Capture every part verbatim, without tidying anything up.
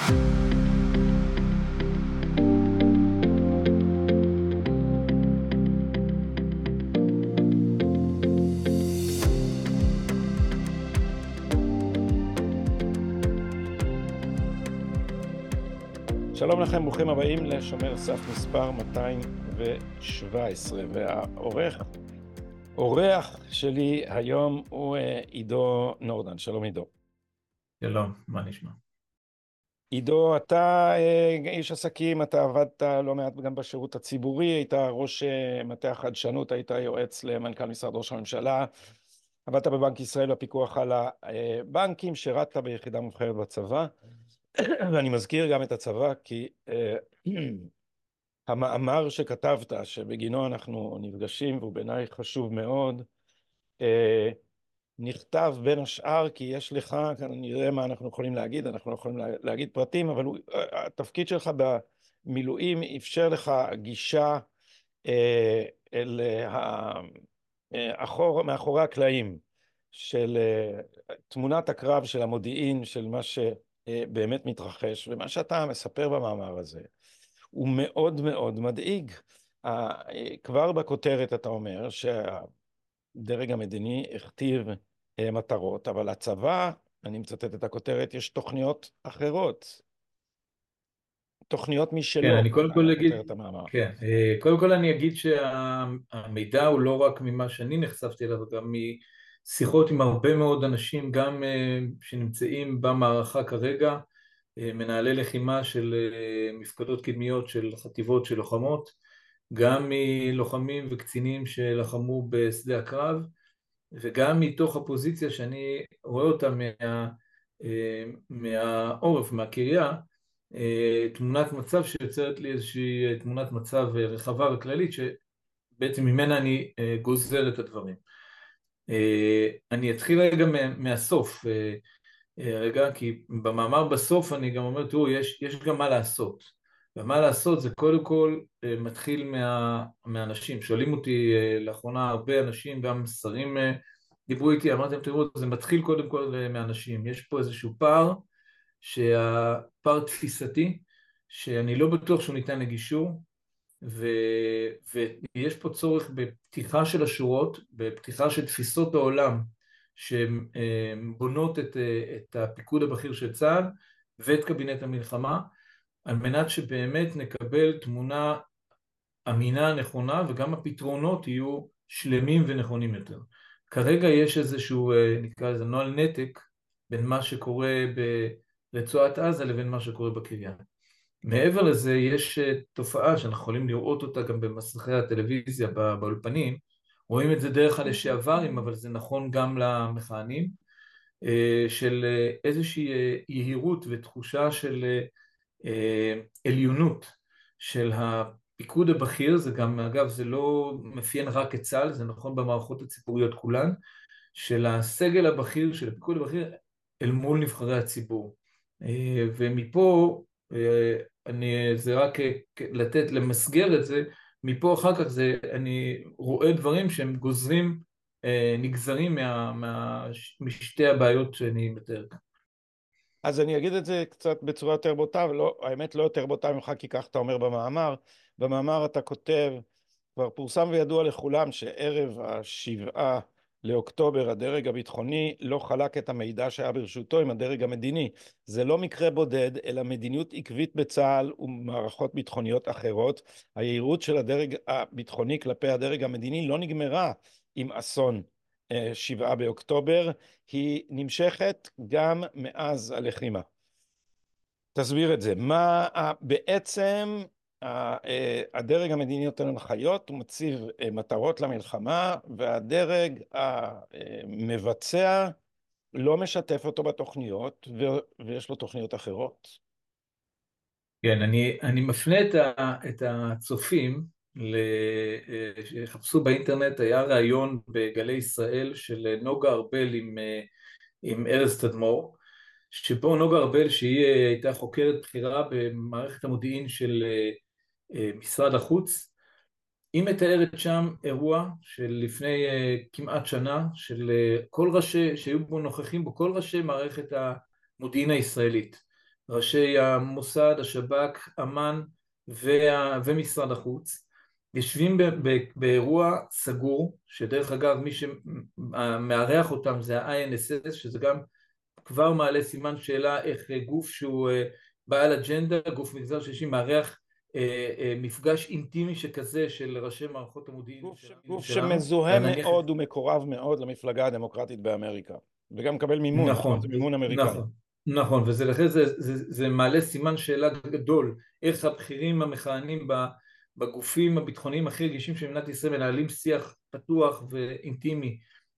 שלום לכם, ברוכים הבאים לשומר סף מספר מאתיים שבע עשרה, והאורח, אורח שלי היום הוא עידו נורדן. שלום עידו. שלום, מה נשמע? עידו, אתה איש עסקים, אתה עבדת לא מעט גם בשירות הציבורי, היית ראש מטה החדשנות, היית יועץ למנכ"ל משרד ראש הממשלה, עבדת בבנק ישראל בפיקוח על הבנקים, שירת ביחידה מובחרת בצבא, ואני מזכיר גם את הצבא כי המאמר שכתבת, שבגינו אנחנו נפגשים, והוא בעיניי חשוב מאוד, נכתב בין השאר כי יש לך, נראה מה אנחנו יכולים להגיד, אנחנו לא יכולים להגיד פרטים, אבל הוא, התפקיד שלך במילואים אפשר לך גישה אל האחור, מאחורי הקלעים של תמונת הקרב של המודיעין, של מה שבאמת מתרחש, ומה שאתה מספר במאמר הזה הוא מאוד מאוד מדאיג. כבר בכותרת אתה אומר שהדרג המדיני הכתיב מטרות, אבל הצבא, אני מצטט את הכותרת, יש תוכניות אחרות, תוכניות משלו. כן, אני קודם כל אגיד, המאמר. כן, קודם כל אני אגיד שהמידע הוא לא רק ממה שאני נחשפתי אליו, גם משיחות עם הרבה מאוד אנשים, גם שנמצאים במערכה כרגע, מנהלי לחימה של מפקדות קדמיות של חטיבות של לוחמות, גם מלוחמים וקצינים שלחמו בשדה הקרב, וגם מתוך הפוזיציה שאני רואה אותה מה, מהעורף, מהקריה, תמונת מצב שיוצרת לי איזושהי תמונת מצב רחבה וכללית, שבעצם ממנה אני גוזר את הדברים. אני אתחיל רגע מהסוף, רגע, כי במאמר בסוף אני גם אומר, תראו, יש, יש גם מה לעשות. ומה לעשות זה קודם כל מתחיל מה, מהאנשים. שואלים אותי לאחרונה הרבה אנשים, גם שרים דיברו איתי, אמרתם, תראו, זה מתחיל קודם כל מהאנשים. יש פה איזשהו פער, שהפער תפיסתי, שאני לא בטוח שהוא ניתן לגישור, ו, ויש פה צורך בפתיחה של השורות, בפתיחה של תפיסות העולם, שבונות את, את הפיקוד הבכיר של צה"ל ואת קבינט המלחמה, על מנת שבאמת נקבל תמונה אמינה נכונה, וגם הפתרונות יהיו שלמים ונכונים יותר. כרגע יש איזשהו, נקרא לזה, נוהל נתק, בין מה שקורה ברצועת עזה לבין מה שקורה בקריה. מעבר לזה יש תופעה שאנחנו יכולים לראות אותה גם במסכי הטלוויזיה באולפנים, רואים את זה דרך הלשעברים, אבל זה נכון גם למכהנים, של איזושהי יהירות ותחושה של עליונות של הפיקוד הבכיר. זה גם, אגב, זה לא מפיין רק את צה"ל, זה נכון במערכות הציבוריות כולן, של הסגל הבכיר, של הפיקוד הבכיר, אל מול נבחרי הציבור. ומפה, אני, זה רק לתת, למסגר את זה, מפה אחר כך זה, אני רואה דברים שהם גוזרים, נגזרים מה, מה, משתי הבעיות שאני מתאר כאן. אז אני אגיד את זה קצת בצורה יותר בוטה, ולא, האמת לא יותר בוטה ממך, כי כך אתה אומר במאמר. במאמר אתה כותב, כבר פורסם וידוע לכולם שערב השבעה לאוקטובר הדרג הביטחוני לא חלק את המידע שהיה ברשותו עם הדרג המדיני. זה לא מקרה בודד, אלא מדיניות עקבית בצה"ל ומערכות ביטחוניות אחרות. היהירות של הדרג הביטחוני כלפי הדרג המדיני לא נגמרה עם אסון שבעה באוקטובר, היא נמשכת גם מאז הלחימה. תסביר את זה. מה בעצם הדרג המדיני נותן הנחיות, הוא מציב מטרות למלחמה, והדרג המבצע לא משתף אותו בתוכניות, ויש לו תוכניות אחרות? כן, אני, אני מפנה את, ה, את הצופים, שחפשו באינטרנט, היה ראיון בגלי ישראל של נוגה ארבל עם, עם ארז תדמור, שבו נוגה ארבל, שהיא הייתה חוקרת בחירה במערכת המודיעין של משרד החוץ, היא מתארת שם אירוע של לפני כמעט שנה, של כל ראשי, שהיו בו נוכחים בו כל ראשי מערכת המודיעין הישראלית, ראשי המוסד, השב"כ, אמ"ן וה... ומשרד החוץ, יושבים ב... ב... באירוע סגור, שדרך אגב מי שמארח אותם זה ה-איי אן אס אס, שזה גם כבר מעלה סימן שאלה איך גוף שהוא בעל אג'נדה, גוף מגזר שלישי, מארח מפגש אינטימי שכזה של ראשי מערכות המודיעין גוף, שלנו. גוף שמזוהה מאוד ומקורב מאוד למפלגה הדמוקרטית באמריקה, וגם מקבל מימון, נכון? זה מימון אמריקאי. נכון, נכון, וזה לכן זה, זה, זה מעלה סימן שאלה גדול, איך הבכירים המכהנים בגופים הביטחוניים הכי רגישים של מדינת ישראל מנהלים שיח פתוח ואינטימי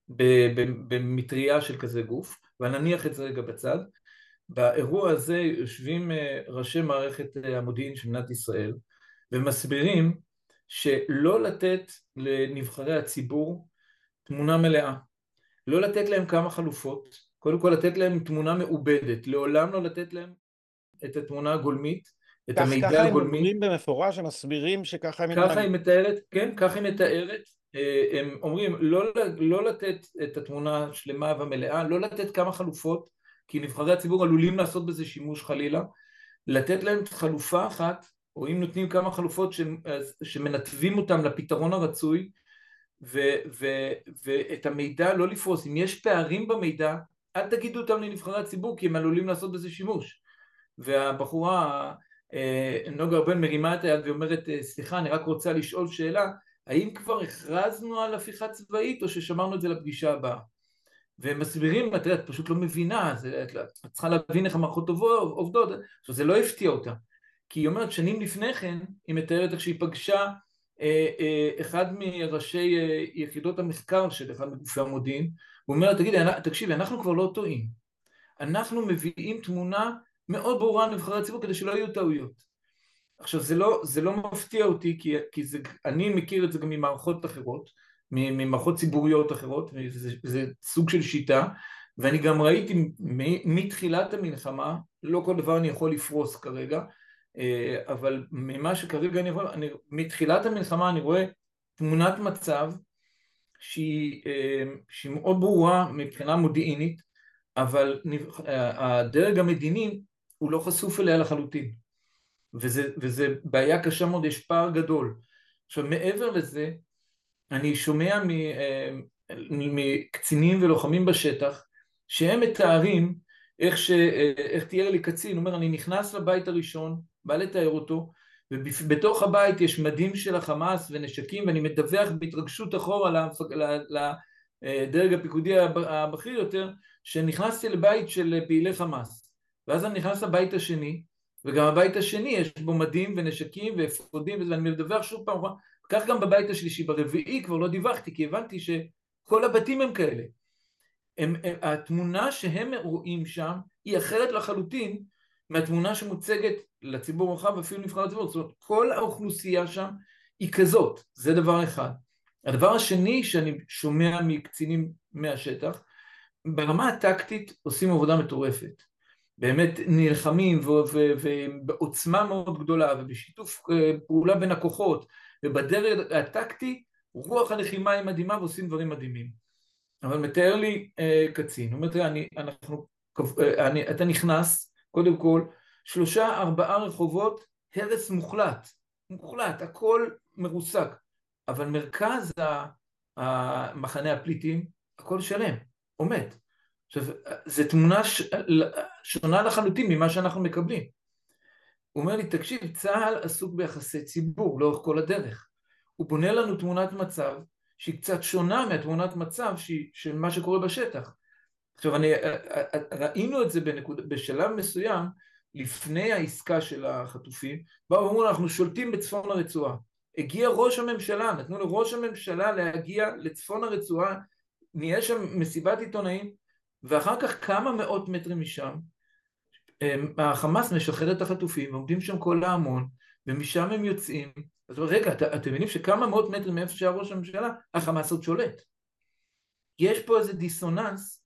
במטריה של כזה גוף, ונניח את זה רגע בצד. באירוע הזה יושבים ראשי מערכת המודיעין של מדינת ישראל ומסבירים שלא לתת לנבחרי הציבור תמונה מלאה, לא לתת להם כמה חלופות, קודם כל לתת להם תמונה מעובדת, לעולם לא לתת להם את התמונה הגולמית, את המידע הגולמי. ככה הם אומרים במפורש, הם מסבירים שככה הם... ככה היא מתארת, כן, ככה היא מתארת, הם אומרים לא, לא לתת את התמונה שלמה ומלאה, לא לתת כמה חלופות, כי נבחרי הציבור עלולים לעשות בזה שימוש חלילה, לתת להם חלופה אחת, או אם נותנים כמה חלופות שמנתבים אותם לפתרון הרצוי, ו- ו- ואת המידע לא לפרוס. אם יש פערים במידע, אל תגידו אותם לנבחרי הציבור, כי הם עלולים לעשות בזה שימוש. והבחורה, נוגה ארבל, מרימה את היד ואומרת, סליחה, אני רק רוצה לשאול שאלה, האם כבר הכרזנו על הפיכה צבאית, או ששמרנו את זה לפגישה הבאה? והם מסבירים, את פשוט לא מבינה, את צריכה להבין איך המערכות עובדות, זה לא הפתיע אותה. כי היא אומרת, שנים לפני כן, היא מתארת איך שהיא פגשה אחד מראשי יחידות המחקר של אחד מגופי המודיעין, הוא אומר, תגידי, תקשיבי, אנחנו כבר לא טועים. אנחנו מביאים תמונה מאוד ברורה לנבחרי הציבור כדי שלא יהיו טעויות. עכשיו, זה לא, זה לא מפתיע אותי, כי, כי זה, אני מכיר את זה גם ממערכות אחרות, ממערכות ציבוריות אחרות, זה, זה סוג של שיטה, ואני גם ראיתי מתחילת המלחמה, לא כל דבר אני יכול לפרוס כרגע, אבל ממה שכרגע אני יכול, אני, מתחילת המלחמה אני רואה תמונת מצב שהיא, שהיא מאוד ברורה מבחינה מודיעינית, אבל הדרג המדיני הוא לא חשוף אליה לחלוטין, וזה, וזה בעיה קשה מאוד, יש פער גדול. עכשיו מעבר לזה, אני שומע מקצינים ולוחמים בשטח, שהם מתארים איך, ש, איך תיאר לי קצין, הוא אומר, אני נכנס לבית הראשון, בא לתאר אותו, ובתוך הבית יש מדים של החמאס ונשקים, ואני מדווח בהתרגשות אחורה לדרג הפיקודי הבכיר יותר, שנכנסתי לבית של פעילי חמאס, ואז אני נכנס לבית השני, וגם הבית השני יש בו מדים ונשקים ואפודים, ואני מדווח שוב פעם, כך גם בבית השלישי, ברביעי כבר לא דיווחתי, כי הבנתי שכל הבתים הם כאלה. הם, הם, התמונה שהם רואים שם היא אחרת לחלוטין מהתמונה שמוצגת לציבור רחב, אפילו נבחר הציבור. זאת אומרת, כל האוכלוסייה שם היא כזאת, זה דבר אחד. הדבר השני שאני שומע מקצינים מהשטח, ברמה הטקטית עושים עבודה מטורפת. באמת נלחמים ובעוצמה מאוד גדולה, ובשיתוף פעולה בין הכוחות, ובדרג הטקטי, רוח הלחימה היא מדהימה ועושים דברים מדהימים. אבל מתאר לי אה, קצין, הוא אומר, אני, אנחנו, אני, אתה נכנס, קודם כל, שלושה, ארבעה רחובות, הרס מוחלט, מוחלט, הכל מרוסק, אבל מרכז המחנה הפליטים, הכל שלם, עומד. עכשיו, זו תמונה ש... שונה לחלוטין ממה שאנחנו מקבלים. הוא אומר לי, תקשיב, צה"ל עסוק ביחסי ציבור לאורך כל הדרך. הוא בונה לנו תמונת מצב שהיא קצת שונה מהתמונת מצב של מה שקורה בשטח. עכשיו, אני, ראינו את זה בנקוד, בשלב מסוים, לפני העסקה של החטופים, באו ואמרו, אנחנו שולטים בצפון הרצועה. הגיע ראש הממשלה, נתנו לראש הממשלה להגיע לצפון הרצועה, נהיה שם מסיבת עיתונאים, ואחר כך כמה מאות מטרים משם, החמאס משחרר את החטופים, ועומדים שם כל ההמון, ומשם הם יוצאים. אז רגע, את, אתם מבינים שכמה מאות מטרים מאיפה שהיה ראש הממשלה, החמאס עוד שולט. יש פה איזה דיסוננס,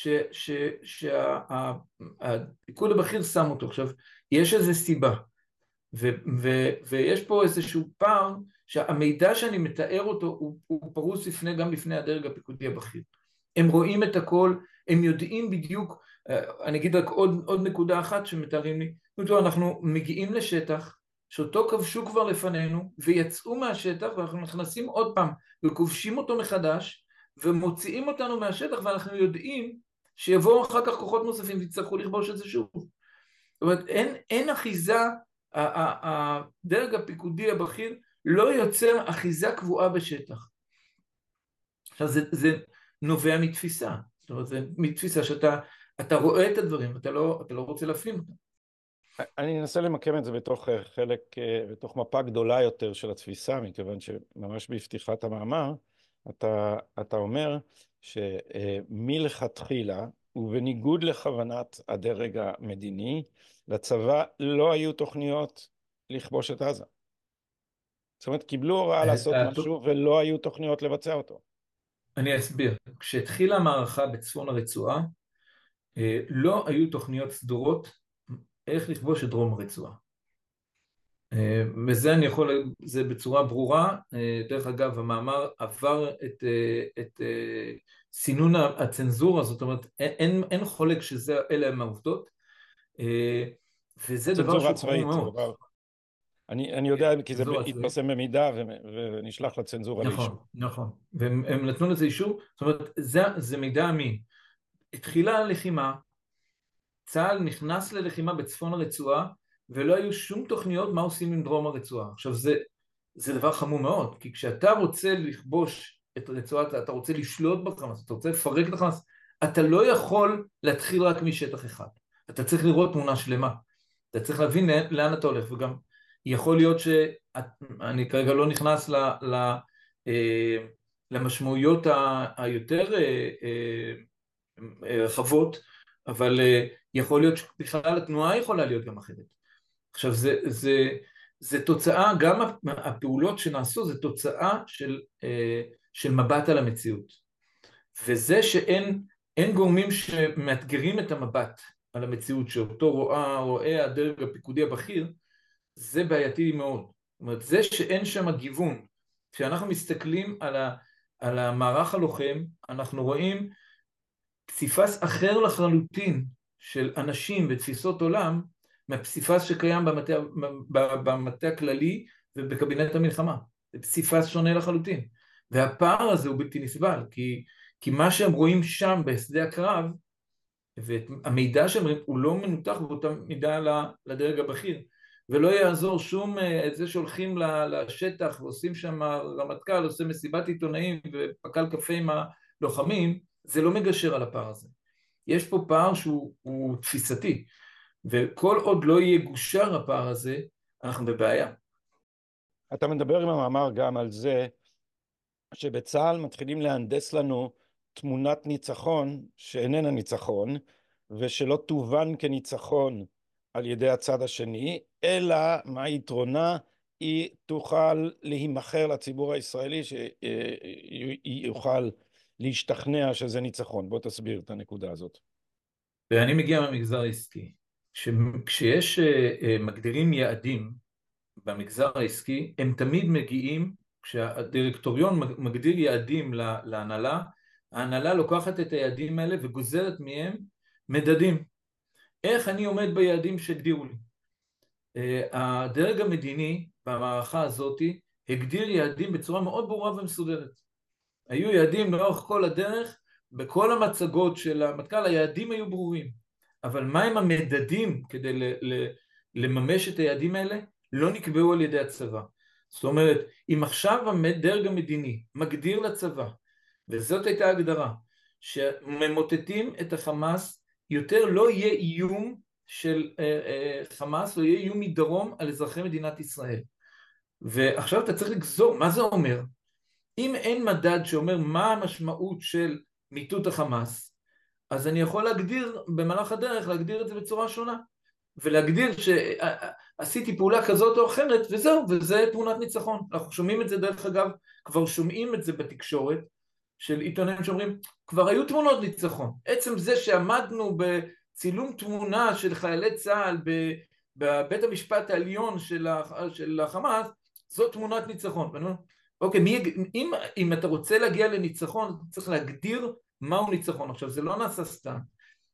שהפיקוד הבכיר שם אותו. עכשיו, יש איזו סיבה, ו, ו, ויש פה איזשהו פער, שהמידע שאני מתאר אותו, הוא, הוא פרוס לפני, גם לפני הדרג הפיקודי הבכיר. הם רואים את הכל, הם יודעים בדיוק אני אגיד רק עוד, עוד נקודה אחת שמתארים לי, אנחנו מגיעים לשטח שאותו כבשו כבר לפנינו ויצאו מהשטח, ואנחנו נכנסים עוד פעם וכובשים אותו מחדש ומוציאים אותנו מהשטח, ואנחנו יודעים שיבואו אחר כך כוחות נוספים ויצטרכו לכבוש את זה שוב. זאת אומרת, אין, אין אחיזה, הדרג הפיקודי הבכיר לא יוצר אחיזה קבועה בשטח. עכשיו זה, זה נובע מתפיסה, זאת אומרת, זה מתפיסה שאתה אתה רואה את הדברים, אתה לא, אתה לא רוצה להפנים אותם. אני אנסה למקם את זה בתוך חלק, בתוך מפה גדולה יותר של התפיסה, מכיוון שממש בפתיחת המאמר, אתה, אתה אומר שמלכתחילה, ובניגוד לכוונת הדרג המדיני, לצבא לא היו תוכניות לכבוש את עזה. זאת אומרת, קיבלו הוראה לעשות משהו ולא היו תוכניות לבצע אותו. אני אסביר. כשהתחילה המערכה בצפון הרצועה, לא היו תוכניות סדורות איך לכבוש את דרום הרצועה. וזה אני יכול, זה בצורה ברורה. דרך אגב, המאמר עבר את, את סינון הצנזורה, זאת אומרת, אין, אין חולק שזה, אלה הם העובדות, וזה דבר שהוא חמור מאוד. אני, אני יודע, כי זה התפרסם במידע ונשלח לצנזורה נכון, לאישור. נכון, והם נתנו לזה אישור, זאת אומרת, זה, זה מידע אמין. התחילה הלחימה, צה"ל נכנס ללחימה בצפון הרצועה, ולא היו שום תוכניות מה עושים עם דרום הרצועה. עכשיו זה, זה דבר חמור מאוד, כי כשאתה רוצה לכבוש את הרצועה, אתה רוצה לשלוט בחמאס, אתה רוצה לפרק את החמאס, אתה לא יכול להתחיל רק משטח אחד. אתה צריך לראות תמונה שלמה. אתה צריך להבין לאן אתה הולך, וגם יכול להיות שאני כרגע לא נכנס ל, ל, למשמעויות היותר רחבות, אבל יכול להיות שבכלל התנועה יכולה להיות גם אחרת. עכשיו זה, זה, זה תוצאה, גם הפעולות שנעשו זה תוצאה של, של מבט על המציאות. וזה שאין אין גורמים שמאתגרים את המבט על המציאות, שאותו רואה, רואה הדרג הפיקודי הבכיר, זה בעייתי מאוד. זאת אומרת, זה שאין שם גיוון, כשאנחנו מסתכלים על, ה, על המערך הלוחם, אנחנו רואים פסיפס אחר לחלוטין של אנשים ותפיסות עולם, מהפסיפס שקיים במטה, במטה הכללי ובקבינט המלחמה. זה פסיפס שונה לחלוטין. והפער הזה הוא בלתי נסבל, כי, כי מה שהם רואים שם בשדה הקרב, והמידע שהם רואים הוא לא מנותח באותה מידע לדרג הבכיר. ולא יעזור שום את זה שהולכים לשטח ועושים שם רמטכ"ל, עושה מסיבת עיתונאים ופקל קפה עם הלוחמים, זה לא מגשר על הפער הזה. יש פה פער שהוא תפיסתי, וכל עוד לא יהיה גושר הפער הזה, אנחנו בבעיה. אתה מדבר עם המאמר גם על זה, שבצה"ל מתחילים להנדס לנו תמונת ניצחון שאיננה ניצחון, ושלא תובן כניצחון על ידי הצד השני, אלא מה יתרונה, היא תוכל להימחר לציבור הישראלי, שיוכל להשתכנע שזה ניצחון. בוא תסביר את הנקודה הזאת. ואני מגיע מהמגזר העסקי. כשיש מגדירים יעדים במגזר העסקי, הם תמיד מגיעים, כשהדירקטוריון מגדיר יעדים להנהלה, ההנהלה לוקחת את היעדים האלה וגוזרת מהם מדדים. איך אני עומד ביעדים שהגדירו לי? הדרג המדיני במערכה הזאת הגדיר יעדים בצורה מאוד ברורה ומסודרת. היו יעדים לאורך כל הדרך, בכל המצגות של המטכ"ל היעדים היו ברורים. אבל מה עם המדדים כדי לממש את היעדים האלה? לא נקבעו על ידי הצבא. זאת אומרת, אם עכשיו הדרג המדיני מגדיר לצבא, וזאת הייתה הגדרה, שממוטטים את החמאס, יותר לא יהיה איום של חמאס, לא יהיה איום מדרום על אזרחי מדינת ישראל. ועכשיו אתה צריך לגזור, מה זה אומר? אם אין מדד שאומר מה המשמעות של מיטוט החמאס, אז אני יכול להגדיר במהלך הדרך, להגדיר את זה בצורה שונה, ולהגדיר שעשיתי פעולה כזאת או אחרת, וזהו, וזה תמונת ניצחון. אנחנו שומעים את זה, דרך אגב, כבר שומעים את זה בתקשורת, של עיתונאים שאומרים, כבר היו תמונות ניצחון. עצם זה שעמדנו בצילום תמונה של חיילי צה"ל בבית המשפט העליון של החמאס, זו תמונת ניצחון. ואני אומר, אוקיי, מי, אם, אם אתה רוצה להגיע לניצחון, צריך להגדיר מהו ניצחון. עכשיו, זה לא נעשה סתם.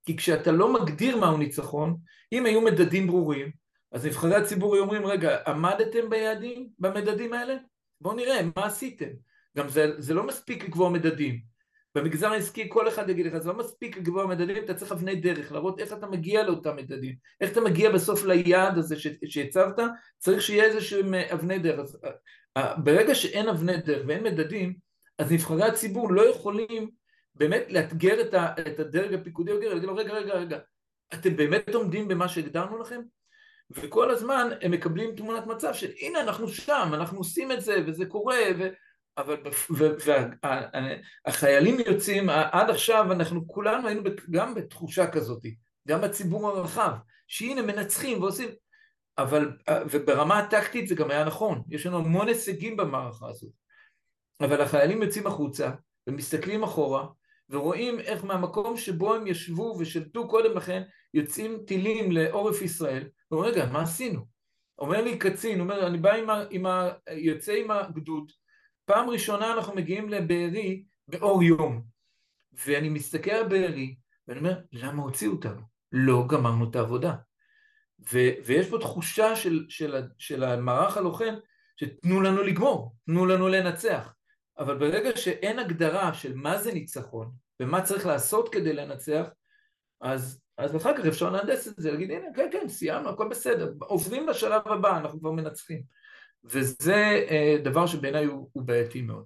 כי כשאתה לא מגדיר מהו ניצחון, אם היו מדדים ברורים, אז נבחרי הציבור היו אומרים, רגע, עמדתם ביעדים, במדדים האלה? בואו נראה, מה עשיתם? גם זה, זה לא מספיק לקבוע מדדים. במגזר העסקי כל אחד יגיד לך, זה לא מספיק לקבוע מדדים, אתה צריך אבני דרך, להראות איך אתה מגיע לאותם מדדים, איך אתה מגיע בסוף ליעד הזה שהצבת, צריך שיהיה איזשהם אבני דרך. אז, ברגע שאין אבני דרך ואין מדדים, אז נבחרי הציבור לא יכולים באמת לאתגר את, ה, את הדרג הפיקודי, להגיד לו, רגע, רגע, רגע, אתם באמת עומדים במה שהגדרנו לכם? וכל הזמן הם מקבלים תמונת מצב של הנה אנחנו שם, אנחנו עושים את זה וזה קורה, ו... אבל והחיילים יוצאים, עד עכשיו אנחנו כולנו היינו גם בתחושה כזאת, גם בציבור הרחב, שהנה מנצחים ועושים, אבל וברמה הטקטית זה גם היה נכון, יש לנו המון הישגים במערכה הזאת, אבל החיילים יוצאים החוצה ומסתכלים אחורה, ורואים איך מהמקום שבו הם ישבו ושלטו קודם לכן, יוצאים טילים לעורף ישראל, ואומרים, רגע, מה עשינו? אומר לי קצין, אומר, אני בא עם ה, עם ה, יוצא עם הגדוד, פעם ראשונה אנחנו מגיעים לבארי באור יום, ואני מסתכל על בארי, ואני אומר, למה הוציאו אותנו? לא גמרנו את העבודה. ו, ויש פה תחושה של, של, של המערך הלוחם, שתנו לנו לגמור, תנו לנו לנצח. אבל ברגע שאין הגדרה של מה זה ניצחון, ומה צריך לעשות כדי לנצח, אז, אז אחר כך אפשר להנדס את זה, להגיד, הנה, כן, כן, סיימנו, הכל בסדר, עוברים לשלב הבא, אנחנו כבר מנצחים. וזה דבר שבעיניי הוא, הוא בעייתי מאוד.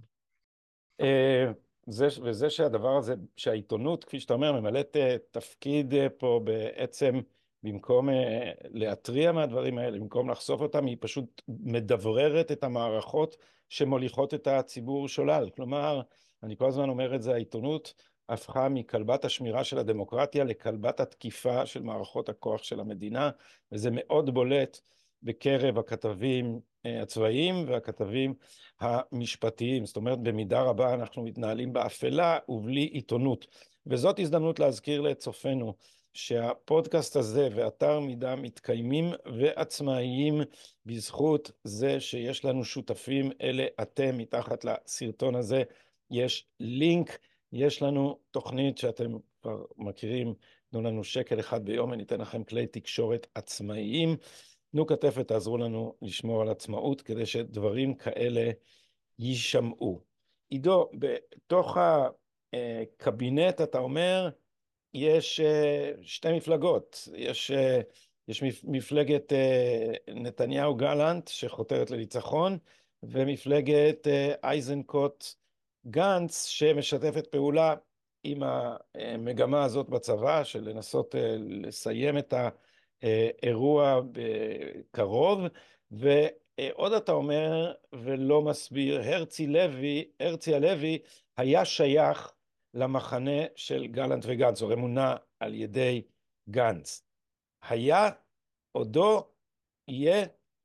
זה, וזה שהדבר הזה, שהעיתונות, כפי שאתה אומר, ממלאת תפקיד פה בעצם, במקום להתריע מהדברים האלה, במקום לחשוף אותם, היא פשוט מדבררת את המערכות שמוליכות את הציבור שולל. כלומר, אני כל הזמן אומר את זה, העיתונות הפכה מכלבת השמירה של הדמוקרטיה לכלבת התקיפה של מערכות הכוח של המדינה, וזה מאוד בולט בקרב הכתבים הצבאיים והכתבים המשפטיים. זאת אומרת, במידה רבה אנחנו מתנהלים באפלה ובלי עיתונות. וזאת הזדמנות להזכיר לצופנו שהפודקאסט הזה ואתר מידע מתקיימים ועצמאיים בזכות זה שיש לנו שותפים, אלה אתם. מתחת לסרטון הזה יש לינק, יש לנו תוכנית שאתם כבר מכירים, תנו לנו שקל אחד ביום וניתן לכם כלי תקשורת עצמאיים. תנו כתפת, תעזרו לנו לשמור על עצמאות כדי שדברים כאלה יישמעו. עידו, בתוך הקבינט אתה אומר יש שתי מפלגות, יש, יש מפלגת נתניהו גלנט שחותרת לניצחון, ומפלגת אייזנקוט גנץ שמשתפת פעולה עם המגמה הזאת בצבא של לנסות לסיים את האירוע בקרוב. ועוד אתה אומר ולא מסביר, הרצי לוי, הרצי הלוי היה שייך למחנה של גלנט וגנץ, או אמונה על ידי גנץ. היה, עודו, יהיה?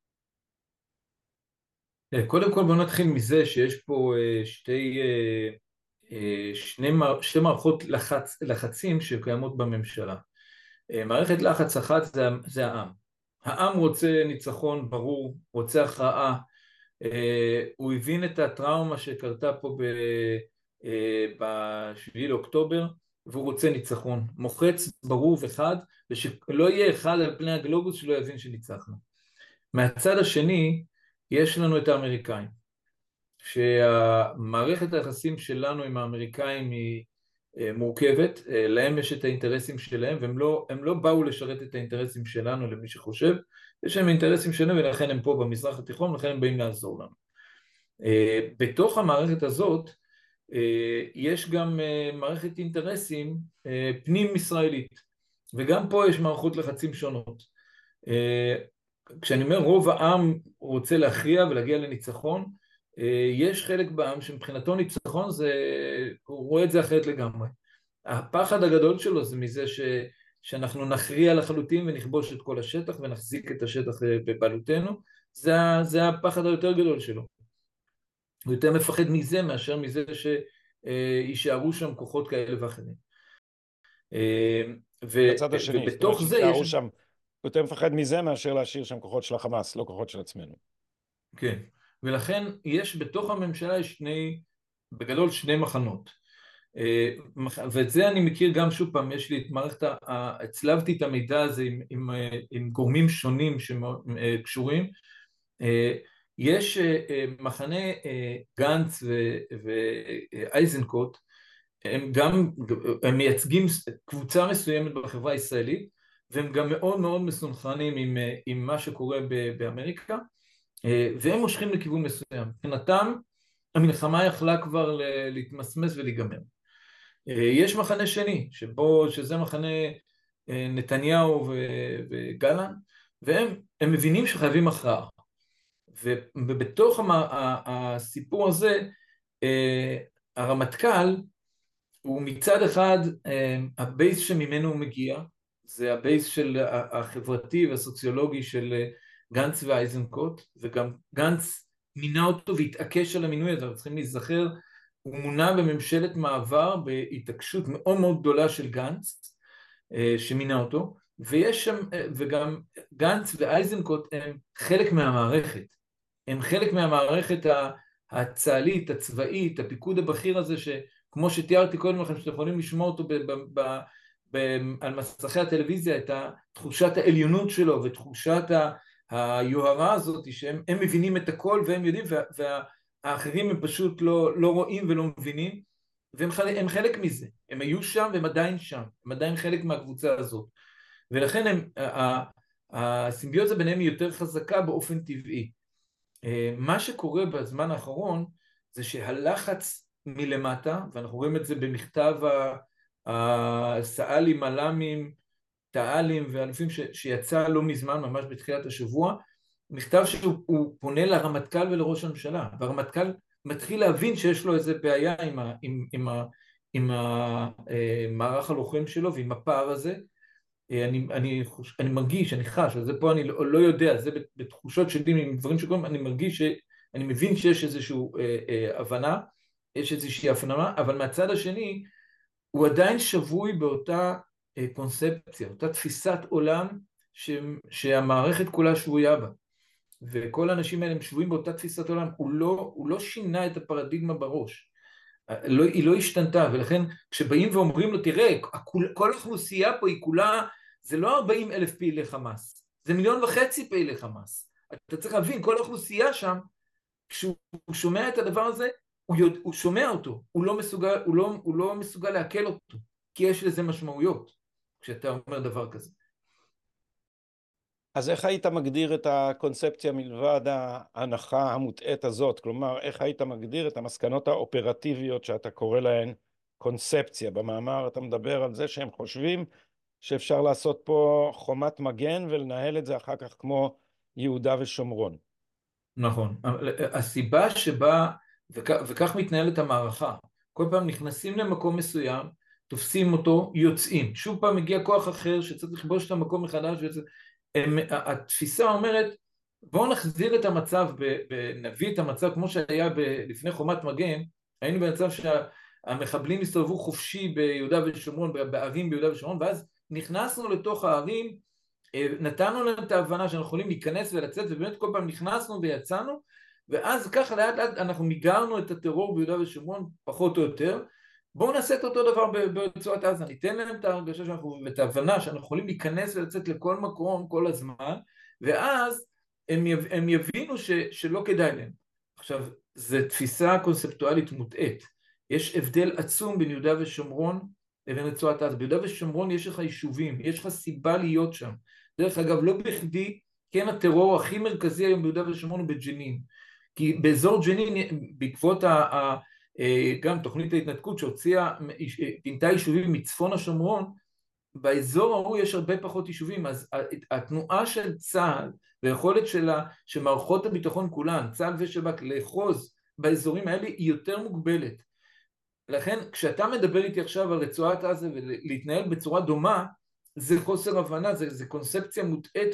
קודם כל בוא נתחיל מזה שיש פה שתי, שני, שתי מערכות לחץ, לחצים שקיימות בממשלה. מערכת לחץ אחת זה, זה העם. העם רוצה ניצחון ברור, רוצה הכרעה. הוא הבין את הטראומה שקרתה פה ב... בשביעי לאוקטובר, והוא רוצה ניצחון מוחץ, ברור וחד, ושלא יהיה אחד על פני הגלובוס שלא יבין שניצחנו. מהצד השני יש לנו את האמריקאים, שהמערכת היחסים שלנו עם האמריקאים היא מורכבת, להם יש את האינטרסים שלהם, והם לא, הם לא באו לשרת את האינטרסים שלנו למי שחושב, יש להם אינטרסים שלנו ולכן הם פה במזרח התיכון, לכן הם באים לעזור לנו. בתוך המערכת הזאת, יש גם מערכת אינטרסים פנים ישראלית, וגם פה יש מערכות לחצים שונות. כשאני אומר רוב העם רוצה להכריע ולהגיע לניצחון, יש חלק בעם שמבחינתו ניצחון זה, הוא רואה את זה אחרת לגמרי. הפחד הגדול שלו זה מזה ש, שאנחנו נכריע לחלוטין ונכבוש את כל השטח ונחזיק את השטח בבעלותנו, זה, זה הפחד היותר גדול שלו. הוא יותר מפחד מזה מאשר מזה שישארו שם כוחות כאלה ואחרים. בצד השני, ובתוך זה יש... שם, הוא יותר מפחד מזה מאשר להשאיר שם כוחות של החמאס, לא כוחות של עצמנו. כן, ולכן יש בתוך הממשלה יש שני, בגדול שני מחנות. ואת זה אני מכיר גם שוב פעם, יש לי את מערכת, הצלבתי את המידע הזה עם, עם, עם גורמים שונים שקשורים. יש מחנה גנץ ואייזנקוט, הם גם, הם מייצגים קבוצה מסוימת בחברה הישראלית, והם גם מאוד מאוד מסונכרנים עם, עם מה שקורה באמריקה, והם מושכים לכיוון מסוים. מבחינתם, המלחמה יכלה כבר להתמסמס ולהיגמר. יש מחנה שני, שבו, שזה מחנה נתניהו וגלן, והם הם מבינים שחייבים הכרעה. ובתוך הסיפור הזה, הרמטכ"ל הוא מצד אחד, הבייס שממנו הוא מגיע, זה הבייס של החברתי והסוציולוגי של גנץ ואייזנקוט, וגם גנץ מינה אותו והתעקש על המינוי הזה. צריכים להיזכר, הוא מונה בממשלת מעבר בהתעקשות מאוד מאוד גדולה של גנץ, שמינה אותו, ויש שם, וגם גנץ ואייזנקוט הם חלק מהמערכת, הם חלק מהמערכת הצה"לית, הצבאית, הפיקוד הבכיר הזה, שכמו שתיארתי קודם לכם, שאתם יכולים לשמוע אותו ב, ב, ב, ב, על מסכי הטלוויזיה, את תחושת העליונות שלו ותחושת היוהרה הזאת, שהם מבינים את הכל והם יודעים, וה, והאחרים הם פשוט לא, לא רואים ולא מבינים, והם חלק, הם חלק מזה, הם היו שם והם עדיין שם, הם עדיין חלק מהקבוצה הזאת, ולכן הם, הסימביוזה ביניהם היא יותר חזקה באופן טבעי. מה שקורה בזמן האחרון זה שהלחץ מלמטה, ואנחנו רואים את זה במכתב הסא"לים, מל"מים, תא"לים ואלופים שיצא לא מזמן, ממש בתחילת השבוע, מכתב שהוא פונה לרמטכ"ל ולראש הממשלה, והרמטכ"ל מתחיל להבין שיש לו איזה בעיה עם, ה, עם, עם, ה, עם המערך הלוחם שלו ועם הפער הזה. אני, אני, אני מרגיש, אני חש, אז זה פה אני לא, לא יודע, זה בתחושות שלי, עם דברים שקוראים, אני מרגיש שאני מבין שיש איזושהי אה, אה, הבנה, יש איזושהי הפנמה, אבל מהצד השני, הוא עדיין שבוי באותה אה, קונספציה, אותה תפיסת עולם ש, שהמערכת כולה שבויה בה. וכל האנשים האלה הם שבויים באותה תפיסת עולם, הוא לא, הוא לא שינה את הפרדיגמה בראש, לא, היא לא השתנתה, ולכן כשבאים ואומרים לו, תראה, כל האוכלוסייה פה היא כולה, זה לא ארבעים אלף פעילי חמאס, זה מיליון וחצי פעילי חמאס. אתה צריך להבין, כל האוכלוסייה שם, כשהוא שומע את הדבר הזה, הוא, יודע, הוא שומע אותו, הוא לא מסוגל, הוא לא, הוא לא מסוגל להקל אותו, כי יש לזה משמעויות, כשאתה אומר דבר כזה. אז איך היית מגדיר את הקונספציה מלבד ההנחה המוטעת הזאת? כלומר, איך היית מגדיר את המסקנות האופרטיביות שאתה קורא להן קונספציה? במאמר אתה מדבר על זה שהם חושבים שאפשר לעשות פה חומת מגן ולנהל את זה אחר כך כמו יהודה ושומרון. נכון. הסיבה שבה, וכך, וכך מתנהלת המערכה, כל פעם נכנסים למקום מסוים, תופסים אותו, יוצאים. שוב פעם מגיע כוח אחר שצריך לכבוש את המקום מחדש, ויוצא... התפיסה אומרת, בואו נחזיר את המצב, נביא את המצב כמו שהיה לפני חומת מגן, היינו במצב שהמחבלים הסתובבו חופשי ביהודה ושומרון, בערים ביהודה ושומרון, ואז נכנסנו לתוך הערים, נתנו להם את ההבנה שאנחנו יכולים להיכנס ולצאת, ובאמת כל פעם נכנסנו ויצאנו, ואז ככה לאט לאט אנחנו מיגרנו את הטרור ביהודה ושומרון פחות או יותר. בואו נעשה את אותו דבר ברצועת עזה, ניתן להם את ההרגשה שאנחנו, ואת ההבנה שאנחנו יכולים להיכנס ולצאת לכל מקום כל הזמן, ואז הם, יב, הם יבינו ש, שלא כדאי להם. עכשיו, זו תפיסה קונספטואלית מוטעת. יש הבדל עצום בין יהודה ושומרון לבין רצועת עזה. ביהודה ושומרון יש לך יישובים, יש לך סיבה להיות שם. דרך אגב, לא בכדי, כן, הטרור הכי מרכזי היום ביהודה ושומרון הוא בג'נין. כי באזור ג'נין, בעקבות ה... ה גם תוכנית ההתנתקות שהוציאה, פינתה יישובים מצפון השומרון, באזור ההוא יש הרבה פחות יישובים, אז התנועה של צה"ל והיכולת שלה, שמערכות הביטחון כולן, צה"ל ושב"כ, לאחוז באזורים האלה היא יותר מוגבלת. לכן כשאתה מדבר איתי עכשיו על רצועת עזה ולהתנהל בצורה דומה, זה חוסר הבנה, זה, זה קונספציה מוטעת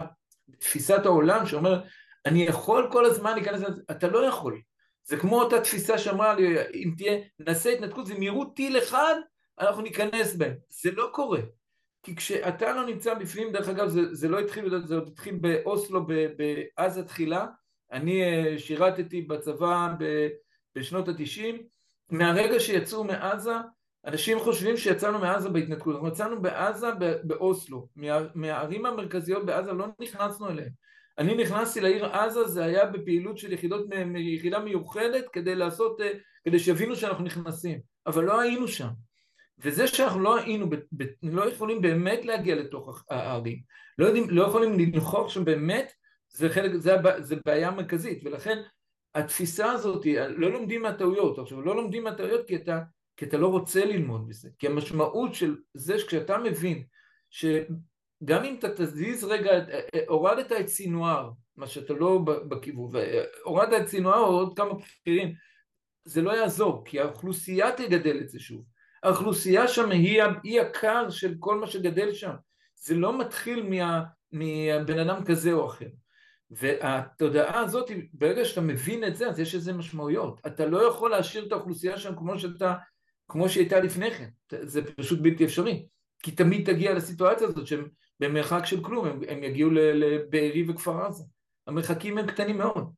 בתפיסת העולם, שאומר, אני יכול כל הזמן להיכנס, אתה לא יכול. זה כמו אותה תפיסה שאמרה לי, אם תהיה, נעשה התנתקות, זה מהירות טיל אחד, אנחנו ניכנס בהם. זה לא קורה. כי כשאתה לא נמצא בפנים, דרך אגב, זה, זה לא התחיל, זה עוד התחיל באוסלו, בעזה תחילה. אני שירתתי בצבא בשנות ה-תשעים. מהרגע שיצאו מעזה, אנשים חושבים שיצאנו מעזה בהתנתקות, אנחנו יצאנו בעזה באוסלו, מה, מהערים המרכזיות בעזה לא נכנסנו אליהם. אני נכנסתי לעיר עזה, זה היה בפעילות של יחידות, יחידה מיוחדת כדי לעשות, כדי שיבינו שאנחנו נכנסים, אבל לא היינו שם. וזה שאנחנו לא היינו, לא יכולים באמת להגיע לתוך הערים, לא, יודעים, לא יכולים לנכוח שם באמת, זה חלק, זה, זה בעיה מרכזית, ולכן התפיסה הזאת, לא לומדים מהטעויות, עכשיו לא לומדים מהטעויות כי אתה, כי אתה לא רוצה ללמוד בזה, כי המשמעות של זה שכשאתה מבין שגם אם אתה תזיז רגע, הורדת את סינואר, מה שאתה לא בכיוון, הורדת את סינואר או עוד כמה בכירים, זה לא יעזור, כי האוכלוסייה תגדל את זה שוב. האוכלוסייה שם היא, היא הקר של כל מה שגדל שם. זה לא מתחיל מה, מבן אדם כזה או אחר. והתודעה הזאת, ברגע שאתה מבין את זה, אז יש איזה משמעויות. אתה לא יכול להשאיר את האוכלוסייה שם כמו שאתה, כמו שהייתה לפני כן. זה פשוט בלתי אפשרי. כי תמיד תגיע לסיטואציה הזאת שהם במרחק של כלום, הם, הם יגיעו לבארי וכפר עזה. המרחקים הם קטנים מאוד.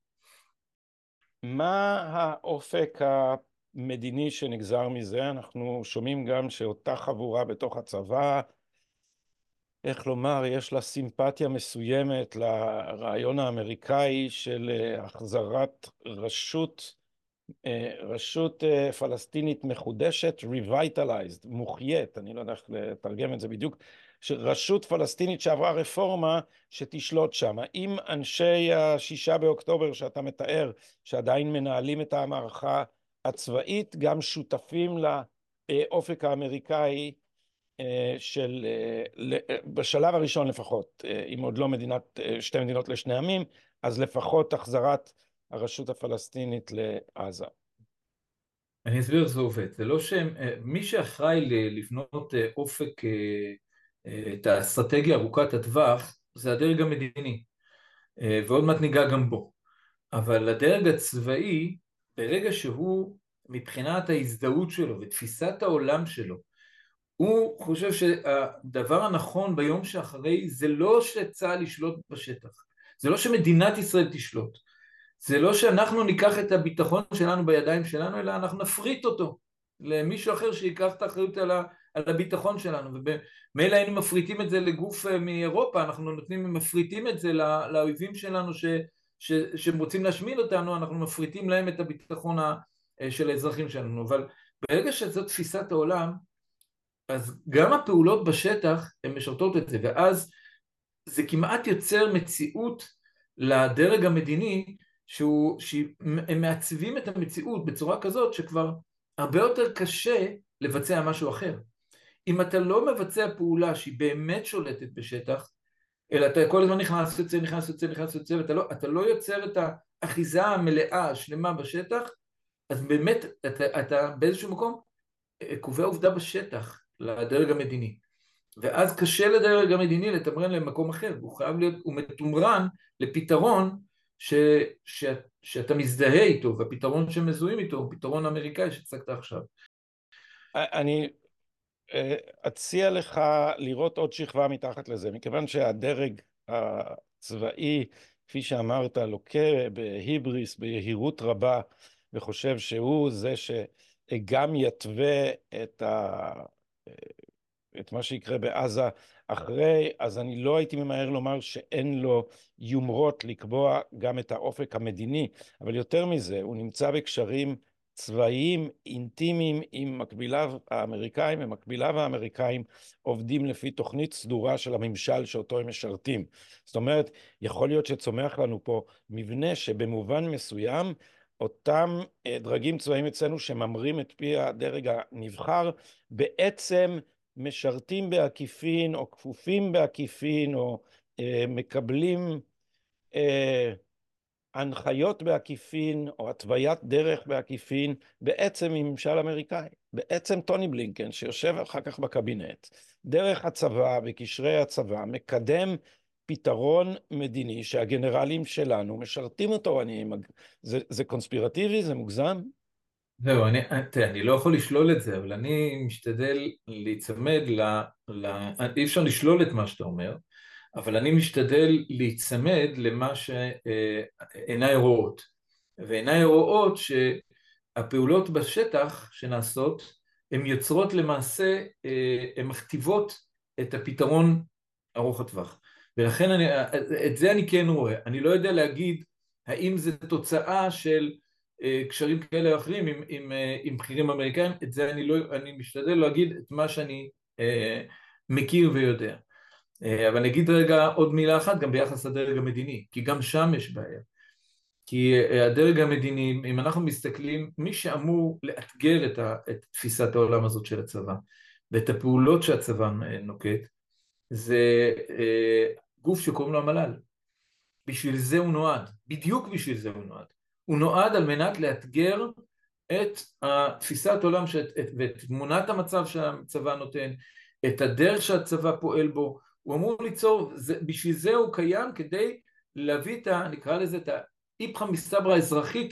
מה האופק המדיני שנגזר מזה? אנחנו שומעים גם שאותה חבורה בתוך הצבא, איך לומר, יש לה סימפתיה מסוימת לרעיון האמריקאי של החזרת רשות, רשות פלסטינית מחודשת, revitalized, מוחיית, אני לא יודע איך לתרגם את זה בדיוק, רשות פלסטינית שעברה רפורמה שתשלוט שם. אם אנשי השישה באוקטובר שאתה מתאר, שעדיין מנהלים את המערכה הצבאית, גם שותפים לאופק האמריקאי של, בשלב הראשון לפחות, אם עוד לא מדינת, שתי מדינות לשני עמים, אז לפחות החזרת הרשות הפלסטינית לעזה. אני אסביר איך זה עובד. זה לא שהם, מי שאחראי לבנות אופק, את האסטרטגיה ארוכת הטווח, זה הדרג המדיני, ועוד מעט ניגע גם בו. אבל הדרג הצבאי, ברגע שהוא, מבחינת ההזדהות שלו ותפיסת העולם שלו, הוא חושב שהדבר הנכון ביום שאחרי זה לא שצה"ל ישלוט בשטח, זה לא שמדינת ישראל תשלוט, זה לא שאנחנו ניקח את הביטחון שלנו בידיים שלנו, אלא אנחנו נפריט אותו למישהו אחר שיקח את האחריות על, ה, על הביטחון שלנו, ומילא היינו מפריטים את זה לגוף מאירופה, אנחנו נותנים, מפריטים את זה לא, לאויבים שלנו ש, ש, שהם רוצים להשמיד אותנו, אנחנו מפריטים להם את הביטחון ה, של האזרחים שלנו, אבל ברגע שזאת תפיסת העולם, אז גם הפעולות בשטח הן משרתות את זה, ואז זה כמעט יוצר מציאות לדרג המדיני, שהוא, שהם מעצבים את המציאות בצורה כזאת שכבר הרבה יותר קשה לבצע משהו אחר. אם אתה לא מבצע פעולה שהיא באמת שולטת בשטח, אלא אתה כל הזמן נכנס, יוצא, נכנס, יוצא, נכנס, יוצא, ואתה לא, אתה לא יוצר את האחיזה המלאה, השלמה בשטח, אז באמת אתה, אתה באיזשהו מקום קובע עובדה בשטח לדרג המדיני. ואז קשה לדרג המדיני לתמרן למקום אחר, הוא חייב להיות, הוא מתומרן לפתרון ש, ש, שאתה מזדהה איתו, והפתרון שמזוהים איתו הוא פתרון אמריקאי שהצגת עכשיו. אני אציע לך לראות עוד שכבה מתחת לזה, מכיוון שהדרג הצבאי, כפי שאמרת, לוקה בהיבריס, ביהירות רבה, וחושב שהוא זה שגם יתווה את ה... את מה שיקרה בעזה אחרי, אז אני לא הייתי ממהר לומר שאין לו יומרות לקבוע גם את האופק המדיני, אבל יותר מזה, הוא נמצא בקשרים צבאיים אינטימיים עם מקביליו האמריקאים, ומקביליו האמריקאים עובדים לפי תוכנית סדורה של הממשל שאותו הם משרתים. זאת אומרת, יכול להיות שצומח לנו פה מבנה שבמובן מסוים, אותם דרגים צבאיים אצלנו שממרים את פי הדרג הנבחר, בעצם משרתים בעקיפין או כפופים בעקיפין או אה, מקבלים אה, הנחיות בעקיפין או התוויית דרך בעקיפין בעצם מממשל אמריקאי, בעצם טוני בלינקן שיושב אחר כך בקבינט, דרך הצבא וקשרי הצבא מקדם פתרון מדיני שהגנרלים שלנו משרתים אותו. אני, זה, זה קונספירטיבי, זה מוגזם? זהו, אני, תראה, אני לא יכול לשלול את זה, אבל אני משתדל להיצמד ל... ל... אי אפשר לשלול את מה שאתה אומר, אבל אני משתדל להיצמד למה שעיניי רואות. ועיניי רואות שהפעולות בשטח שנעשות הן יוצרות למעשה, הן מכתיבות את הפתרון ארוך הטווח. ולכן אני, את זה אני כן רואה. אני לא יודע להגיד האם זה תוצאה של קשרים כאלה או אחרים עם, עם, עם בכירים אמריקאים. את זה אני, לא, אני משתדל להגיד את מה שאני מכיר ויודע. אבל נגיד רגע עוד מילה אחת גם ביחס לדרג המדיני, כי גם שם יש בעיה. כי הדרג המדיני, אם אנחנו מסתכלים, מי שאמור לאתגר את, ה, את תפיסת העולם הזאת של הצבא, ואת הפעולות שהצבא נוקט, זה גוף שקוראים לו המל"ל. בשביל זה הוא נועד, בדיוק בשביל זה הוא נועד. הוא נועד על מנת לאתגר את תפיסת העולם שאת, ואת תמונת המצב שהצבא נותן, את הדרך שהצבא פועל בו. הוא אמור ליצור, זה, בשביל זה הוא קיים כדי להביא את ה, נקרא לזה, את האיפכא מסתברא האזרחית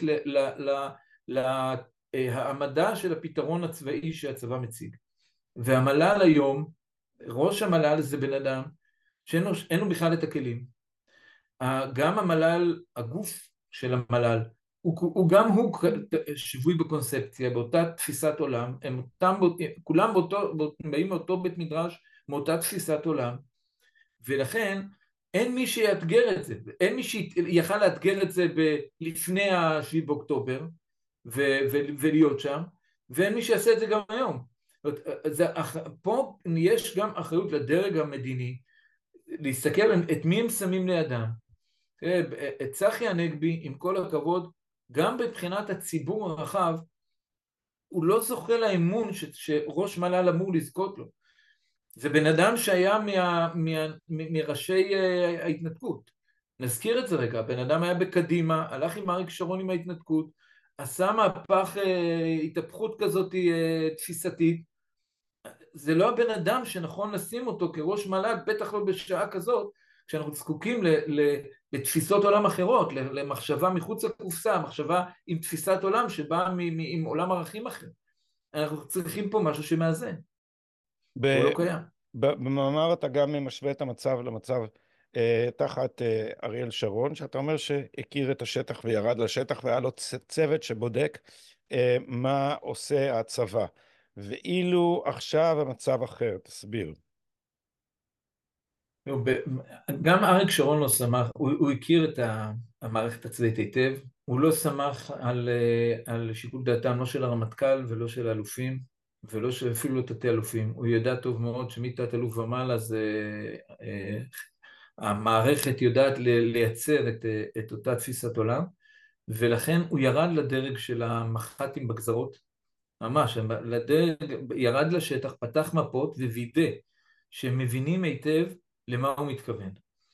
להעמדה של הפתרון הצבאי שהצבא מציג. והמל"ל היום, ראש המל"ל זה בן אדם שאין לו, אין לו בכלל את הכלים. גם המל"ל, הגוף של המל"ל, הוא, הוא גם הוא שבוי בקונספציה, באותה תפיסת עולם, הם אותם, כולם באותו, באים מאותו בית מדרש, מאותה תפיסת עולם, ולכן אין מי שיאתגר את זה, אין מי שיכל לאתגר את זה לפני השביעי באוקטובר, ו- ו- ולהיות שם, ואין מי שיעשה את זה גם היום. זה, פה יש גם אחריות לדרג המדיני, להסתכל את מי הם שמים לידם. את צחי הנגבי, עם כל הכבוד, גם מבחינת הציבור הרחב, הוא לא זוכה לאמון ש- שראש מל"ל אמור לזכות לו. זה בן אדם שהיה מה, מה, מראשי ההתנתקות. נזכיר את זה רגע, בן אדם היה בקדימה, הלך עם אריק שרון עם ההתנתקות, עשה מהפך התהפכות כזאת תפיסתית. זה לא הבן אדם שנכון לשים אותו כראש מל"ג, בטח לא בשעה כזאת, כשאנחנו זקוקים לתפיסות עולם אחרות, למחשבה מחוץ לקופסה, מחשבה עם תפיסת עולם שבאה עם עולם ערכים אחר. אנחנו צריכים פה משהו שמאזן. הוא לא קיים. במאמר אתה גם משווה את המצב למצב אה, תחת אה, אריאל שרון, שאתה אומר שהכיר את השטח וירד לשטח והיה לו צוות שבודק אה, מה עושה הצבא. ואילו עכשיו המצב אחר, תסביר. גם אריק שרון לא שמח, הוא, הוא הכיר את המערכת הצבאית היטב, הוא לא שמח על, על שיקול דעתם לא של הרמטכ"ל ולא של האלופים, ולא אפילו תתי אלופים. הוא ידע טוב מאוד שמתת אלוף ומעלה זה, אה, המערכת יודעת לייצר את, את אותה תפיסת עולם, ולכן הוא ירד לדרג של המח"טים בגזרות, ממש, לדרג, ירד לשטח, פתח מפות ווידא שהם מבינים היטב למה הוא מתכוון.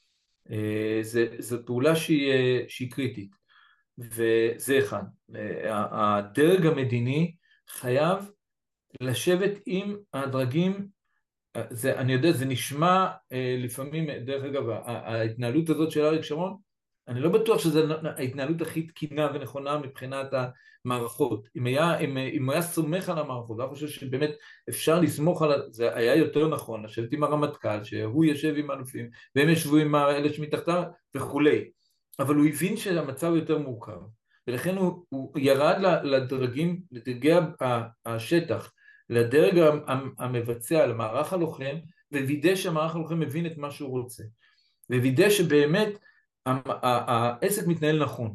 זו פעולה שהיא, שהיא קריטית, וזה אחד. הדרג המדיני חייב לשבת עם הדרגים, זה, אני יודע, זה נשמע לפעמים, דרך אגב, ההתנהלות הזאת של אריק שרון, אני לא בטוח שזו ההתנהלות הכי תקינה ונכונה מבחינת המערכות. אם היה, אם, אם היה סומך על המערכות, אני חושב שבאמת אפשר לסמוך על זה, היה יותר נכון לשבת עם הרמטכ"ל, שהוא יושב עם האלופים, והם ישבו עם אלה שמתחתיו וכולי. אבל הוא הבין שהמצב יותר מורכב, ולכן הוא, הוא ירד לדרגים, לדרגי השטח, לדרג המבצע, למערך הלוחם, ווידא שהמערך הלוחם מבין את מה שהוא רוצה, ווידא שבאמת העסק מתנהל נכון.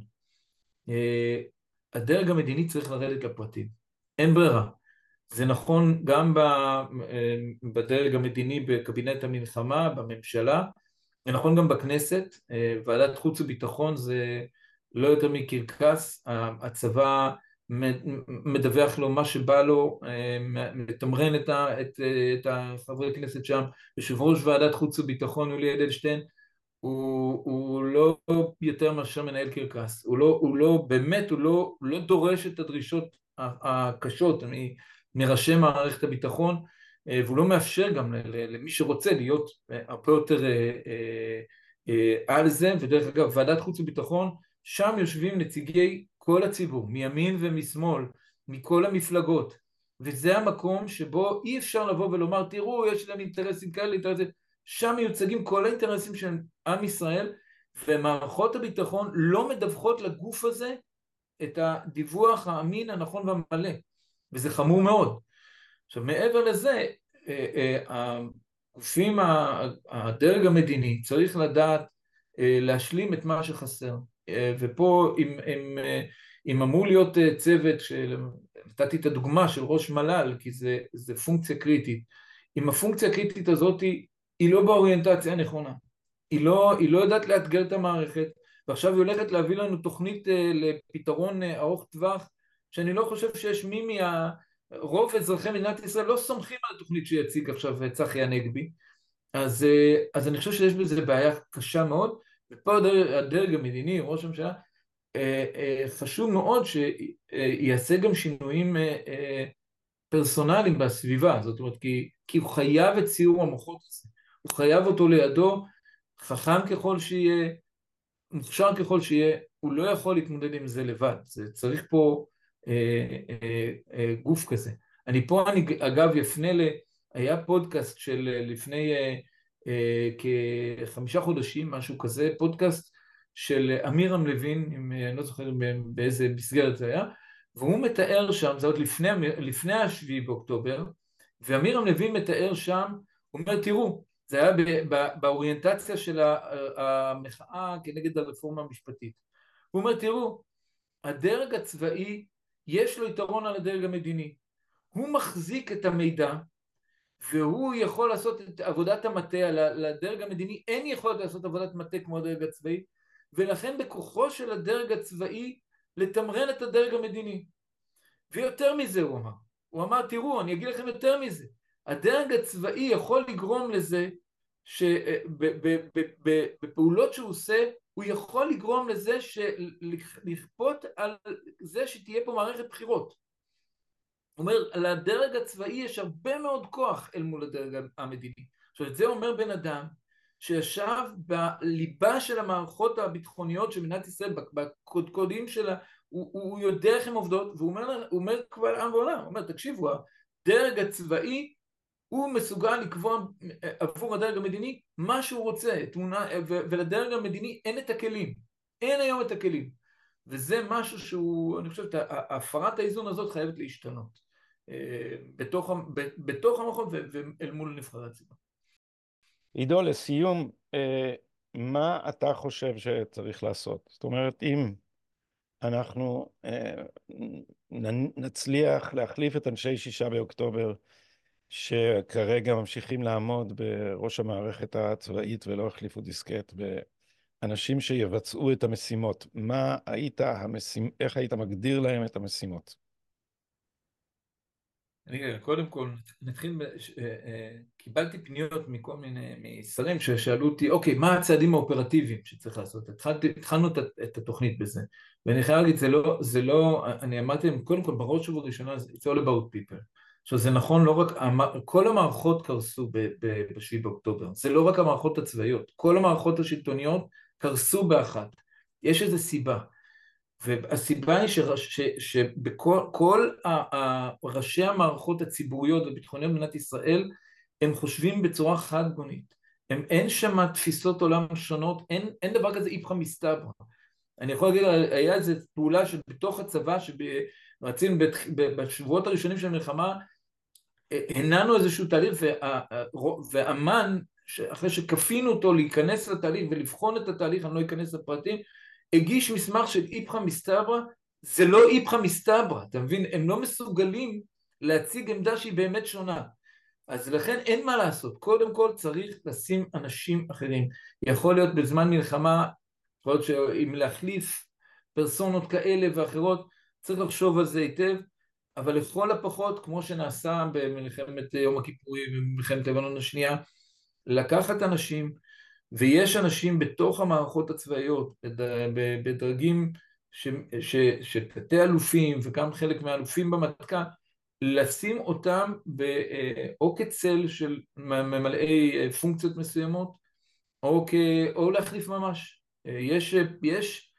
הדרג המדיני צריך לרדת לפרטים, אין ברירה. זה נכון גם בדרג המדיני בקבינט המלחמה, בממשלה, זה נכון גם בכנסת, ועדת חוץ וביטחון זה לא יותר מקרקס, הצבא מדווח לו מה שבא לו, מתמרן את, את, את החברי כנסת שם. יושב ראש ועדת חוץ וביטחון יולי אדלשטיין, הוא, הוא לא יותר מאשר מנהל קרקס, הוא לא, הוא לא, באמת הוא לא, לא דורש את הדרישות הקשות מ, מראשי מערכת הביטחון, והוא לא מאפשר גם למי שרוצה להיות הרבה יותר על זה. ודרך אגב, ועדת חוץ וביטחון, שם יושבים נציגי כל הציבור, מימין ומשמאל, מכל המפלגות, וזה המקום שבו אי אפשר לבוא ולומר, תראו, יש להם אינטרסים כאלה, אינטרסים, שם מיוצגים כל האינטרסים של עם ישראל, ומערכות הביטחון לא מדווחות לגוף הזה את הדיווח האמין, הנכון והמלא, וזה חמור מאוד. עכשיו מעבר לזה, הגופים, הדרג המדיני צריך לדעת להשלים את מה שחסר, ופה אם, אם, אם אמור להיות צוות, נתתי את הדוגמה של ראש מל"ל, כי זה, זה פונקציה קריטית, אם הפונקציה הקריטית הזאת היא לא באוריינטציה הנכונה, היא לא, היא לא יודעת לאתגר את המערכת, ועכשיו היא הולכת להביא לנו תוכנית לפתרון ארוך טווח, שאני לא חושב שיש מי מה... רוב אזרחי מדינת ישראל לא סומכים על התוכנית שיציג עכשיו צחי הנגבי, אז, אז אני חושב שיש בזה בעיה קשה מאוד, ופה הדרג, הדרג המדיני, ראש הממשלה, חשוב מאוד שיעשה גם שינויים פרסונליים בסביבה, זאת אומרת, כי, כי הוא חייב את ציור המוחות הזה, הוא חייב אותו לידו, חכם ככל שיהיה, מוכשר ככל שיהיה, הוא לא יכול להתמודד עם זה לבד, זה צריך פה אה, אה, אה, גוף כזה. אני פה, אני אגב יפנה ל... היה פודקאסט של לפני אה, אה, כחמישה חודשים, משהו כזה, פודקאסט של אמירם לוין, עם, אני לא זוכר באיזה מסגרת זה היה, והוא מתאר שם, זה עוד לפני, לפני השביעי באוקטובר, ואמירם לוין מתאר שם, הוא אומר, תראו, זה היה באוריינטציה של המחאה כנגד הרפורמה המשפטית. הוא אומר, תראו, הדרג הצבאי יש לו יתרון על הדרג המדיני. הוא מחזיק את המידע, והוא יכול לעשות את עבודת המטה, לדרג המדיני אין יכולת לעשות עבודת מטה כמו הדרג הצבאי, ולכן בכוחו של הדרג הצבאי לתמרן את הדרג המדיני. ויותר מזה הוא אמר. הוא אמר, תראו, אני אגיד לכם יותר מזה. הדרג הצבאי יכול לגרום לזה, שבפעולות שהוא עושה, הוא יכול לגרום לזה, לכפות על זה שתהיה פה מערכת בחירות. הוא אומר, לדרג הצבאי יש הרבה מאוד כוח אל מול הדרג המדיני. עכשיו, את זה אומר בן אדם, שישב בליבה של המערכות הביטחוניות של מדינת ישראל, בקודקודים שלה, הוא, הוא יודע איך הן עובדות, והוא אומר, הוא אומר קבל עם ועולם, הוא אומר, תקשיבו, הדרג הצבאי, הוא מסוגל לקבוע עבור הדרג המדיני מה שהוא רוצה, תמונה, ולדרג המדיני אין את הכלים, אין היום את הכלים, וזה משהו שהוא, אני חושבת, הפרת האיזון הזאת חייבת להשתנות, בתוך, בתוך המכון ואל מול נבחרי הציבור. עידו, לסיום, מה אתה חושב שצריך לעשות? זאת אומרת, אם אנחנו נצליח להחליף את אנשי שישה באוקטובר, שכרגע ממשיכים לעמוד בראש המערכת הצבאית ולא החליפו דיסקט, באנשים שיבצעו את המשימות, מה היית המשימ... איך היית מגדיר להם את המשימות? אני קודם כל נתחיל, קיבלתי פניות מכל מיני משרים ששאלו אותי, אוקיי, מה הצעדים האופרטיביים שצריך לעשות? התחלנו את התוכנית בזה, ואני חייב להגיד, זה לא, זה לא, אני אמרתי להם, קודם כל בראש ובראשונה, it's all about people. עכשיו זה נכון, לא רק, כל המערכות קרסו בשביעי באוקטובר, זה לא רק המערכות הצבאיות, כל המערכות השלטוניות קרסו באחת, יש איזו סיבה, והסיבה היא שבכל כל ראשי המערכות הציבוריות וביטחוניות במדינת ישראל, הם חושבים בצורה חד גונית, הם, אין שם תפיסות עולם שונות, אין, אין דבר כזה איפכא מסתברא. אני יכול להגיד, היה איזו פעולה שבתוך הצבא, שרצינו בשבועות הראשונים של המלחמה, הנענו איזשהו תהליך, והאמן, אחרי שכפינו אותו להיכנס לתהליך ולבחון את התהליך, אני לא אכנס לפרטים, הגיש מסמך של איפכא מסתברא, זה לא איפכא מסתברא, אתה מבין? הם לא מסוגלים להציג עמדה שהיא באמת שונה. אז לכן אין מה לעשות, קודם כל צריך לשים אנשים אחרים. יכול להיות בזמן מלחמה, יכול להיות שאם להחליף פרסונות כאלה ואחרות, צריך לחשוב על זה היטב, אבל לכל הפחות, כמו שנעשה במלחמת יום הכיפורים, במלחמת לבנון השנייה, לקחת אנשים, ויש אנשים בתוך המערכות הצבאיות, בדרגים שתתי אלופים, וגם חלק מהאלופים במטכ"ל, לשים אותם או כצל של ממלאי פונקציות מסוימות, או, כ... או להחליף ממש. יש, יש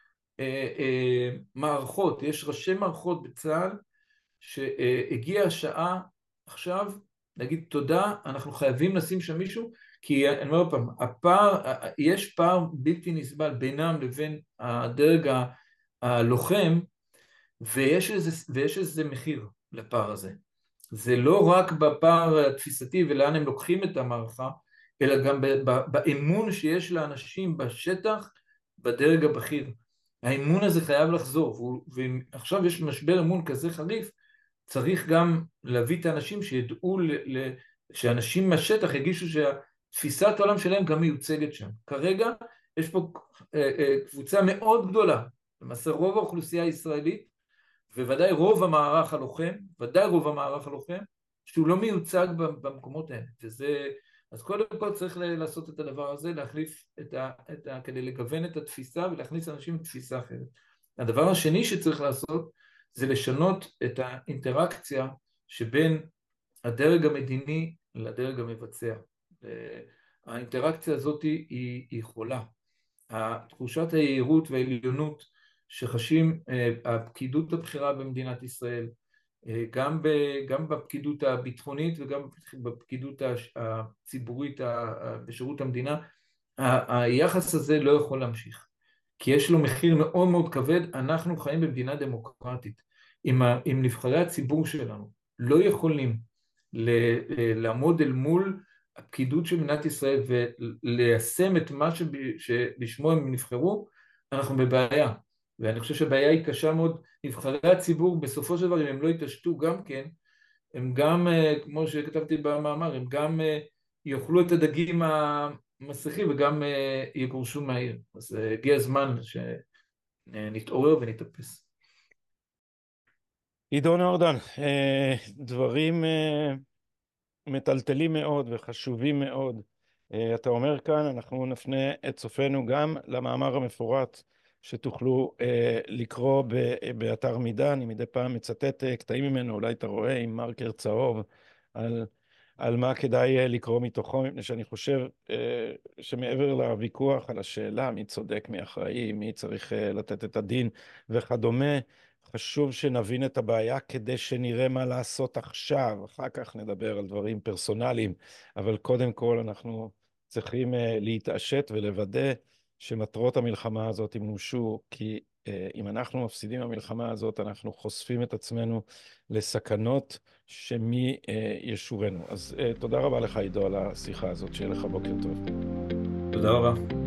מערכות, יש ראשי מערכות בצה"ל, שהגיעה השעה עכשיו להגיד תודה, אנחנו חייבים לשים שם מישהו, כי אני אומר פעם, הפער, יש פער בלתי נסבל בינם לבין הדרג הלוחם, ויש איזה, ויש איזה מחיר לפער הזה. זה לא רק בפער התפיסתי ולאן הם לוקחים את המערכה, אלא גם באמון שיש לאנשים בשטח, בדרג הבכיר. האמון הזה חייב לחזור, ועכשיו יש משבר אמון כזה חריף, צריך גם להביא את האנשים שידעו, שאנשים מהשטח יגישו שהתפיסת העולם שלהם גם מיוצגת שם. כרגע יש פה קבוצה מאוד גדולה, למעשה רוב האוכלוסייה הישראלית, וודאי רוב המערך הלוחם, ודאי רוב המערך הלוחם, שהוא לא מיוצג במקומות האלה. וזה, אז קודם כל צריך לעשות את הדבר הזה, להחליף את ה, את ה, כדי לגוון את התפיסה ולהכניס אנשים עם תפיסה אחרת. הדבר השני שצריך לעשות, זה לשנות את האינטראקציה שבין הדרג המדיני לדרג המבצע. האינטראקציה הזאת היא, היא חולה. תחושת היעירות והעליונות שחשים הפקידות הבכירה במדינת ישראל, גם, ב, גם בפקידות הביטחונית וגם בפקידות הציבורית בשירות המדינה, היחס הזה לא יכול להמשיך, כי יש לו מחיר מאוד מאוד כבד. אנחנו חיים במדינה דמוקרטית. אם, אם נבחרי הציבור שלנו לא יכולים לעמוד אל מול הפקידות של מדינת ישראל וליישם את מה שבשמו הם נבחרו, אנחנו בבעיה. ואני חושב שהבעיה היא קשה מאוד. נבחרי הציבור בסופו של דבר, אם הם לא יתעשתו גם כן, הם גם, כמו שכתבתי במאמר, הם גם יאכלו את הדגים המסריחים וגם יגורשו מהעיר. אז הגיע הזמן שנתעורר ונתאפס. עידו נורדן, דברים מטלטלים מאוד וחשובים מאוד. אתה אומר כאן, אנחנו נפנה את צופנו גם למאמר המפורט שתוכלו אה, לקרוא ב, באתר מידע. אני מדי פעם מצטט קטעים ממנו, אולי אתה רואה עם מרקר צהוב, על, על מה כדאי אה, לקרוא מתוכו, מפני שאני חושב אה, שמעבר לוויכוח על השאלה מי צודק, מי אחראי, מי צריך אה, לתת את הדין וכדומה, חשוב שנבין את הבעיה כדי שנראה מה לעשות עכשיו. אחר כך נדבר על דברים פרסונליים, אבל קודם כל אנחנו צריכים uh, להתעשת ולוודא שמטרות המלחמה הזאת ימומשו, כי uh, אם אנחנו מפסידים במלחמה הזאת, אנחנו חושפים את עצמנו לסכנות שמי uh, ישורנו. אז uh, תודה רבה לך עידו על השיחה הזאת, שיהיה לך בוקר טוב. תודה רבה.